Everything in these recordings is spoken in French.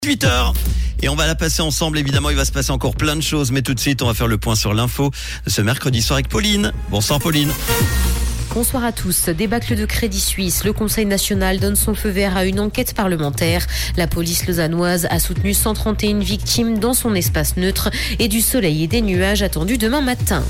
18h. Et on va la passer ensemble, évidemment, il va se passer encore plein de choses. Mais tout de suite, on va faire le point sur l'info de ce mercredi soir avec Pauline. Bonsoir Pauline. Bonsoir à tous. Débâcle de Crédit Suisse. Le Conseil national donne son feu vert à une enquête parlementaire. La police lausannoise a soutenu 131 victimes dans son espace neutre et du soleil et des nuages attendus demain matin.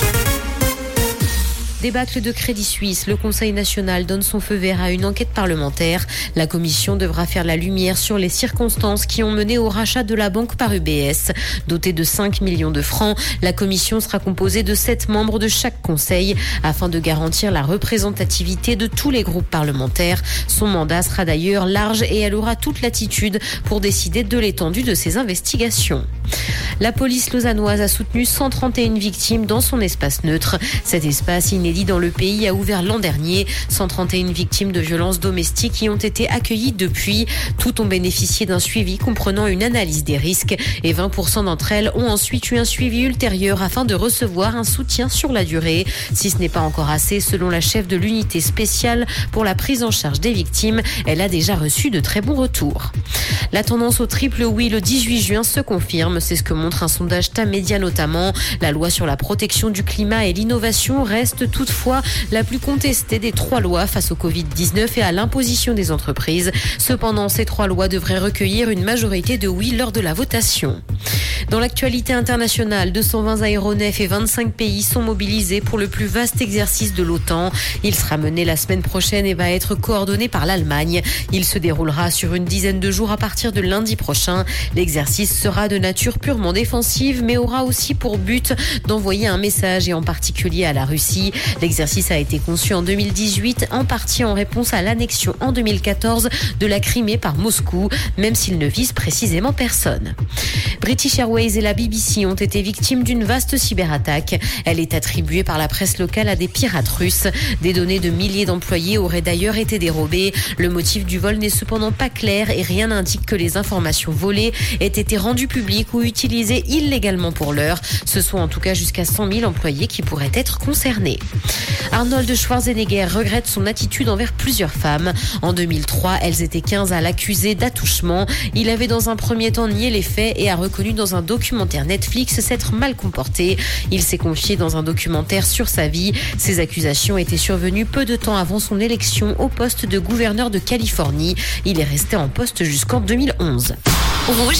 Débâcle de Crédit Suisse. Le Conseil national donne son feu vert à une enquête parlementaire. La commission devra faire la lumière sur les circonstances qui ont mené au rachat de la banque par UBS. Dotée de 5 millions de francs, la commission sera composée de 7 membres de chaque conseil afin de garantir la représentativité de tous les groupes parlementaires. Son mandat sera d'ailleurs large et elle aura toute latitude pour décider de l'étendue de ses investigations. La police lausannoise a soutenu 131 victimes dans son espace neutre. Cet espace inédit dans le pays a ouvert l'an dernier. 131 victimes de violences domestiques y ont été accueillies depuis. Toutes ont bénéficié d'un suivi comprenant une analyse des risques et 20% d'entre elles ont ensuite eu un suivi ultérieur afin de recevoir un soutien sur la durée. Si ce n'est pas encore assez, selon la chef de l'unité spéciale pour la prise en charge des victimes, elle a déjà reçu de très bons retours. La tendance au triple oui le 18 juin se confirme. C'est ce que montre un sondage Tamedia notamment. La loi sur la protection du climat et l'innovation reste toutefois la plus contestée des 3 lois face au Covid-19 et à l'imposition des entreprises. Cependant, ces 3 lois devraient recueillir une majorité de oui lors de la votation. Dans l'actualité internationale, 220 aéronefs et 25 pays sont mobilisés pour le plus vaste exercice de l'OTAN. Il sera mené la semaine prochaine et va être coordonné par l'Allemagne. Il se déroulera sur une dizaine de jours à partir de lundi prochain. L'exercice sera de nature purement défensive, mais aura aussi pour but d'envoyer un message, et en particulier à la Russie. L'exercice a été conçu en 2018, en partie en réponse à l'annexion en 2014 de la Crimée par Moscou, même s'il ne vise précisément personne. British Airways et la BBC ont été victimes d'une vaste cyberattaque. Elle est attribuée par la presse locale à des pirates russes. Des données de milliers d'employés auraient d'ailleurs été dérobées. Le motif du vol n'est cependant pas clair et rien n'indique que les informations volées aient été rendues publiques ou utilisées illégalement pour l'heure. Ce sont en tout cas jusqu'à 100 000 employés qui pourraient être concernés. Arnold Schwarzenegger regrette son attitude envers plusieurs femmes. En 2003, elles étaient 15 à l'accuser d'attouchement. Il avait dans un premier temps nié les faits et a reconnu dans un documentaire Netflix s'être mal comporté. Il s'est confié dans un documentaire sur sa vie. Ces accusations étaient survenues peu de temps avant son élection au poste de gouverneur de Californie. Il est resté en poste jusqu'en 2011. Rouge.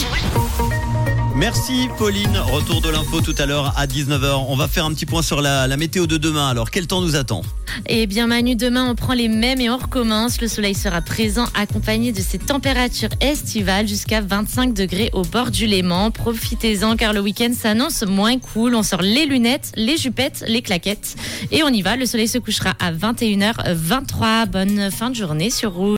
Merci Pauline, retour de l'info tout à l'heure à 19h. On va faire un petit point sur la météo de demain. Alors, quel temps nous attend ? Eh bien Manu, demain on prend les mêmes et on recommence. Le soleil sera présent accompagné de ces températures estivales jusqu'à 25 degrés au bord du Léman. Profitez-en car le week-end s'annonce moins cool. On sort les lunettes, les jupettes, les claquettes et on y va. Le soleil se couchera à 21h23. Bonne fin de journée sur Rouge.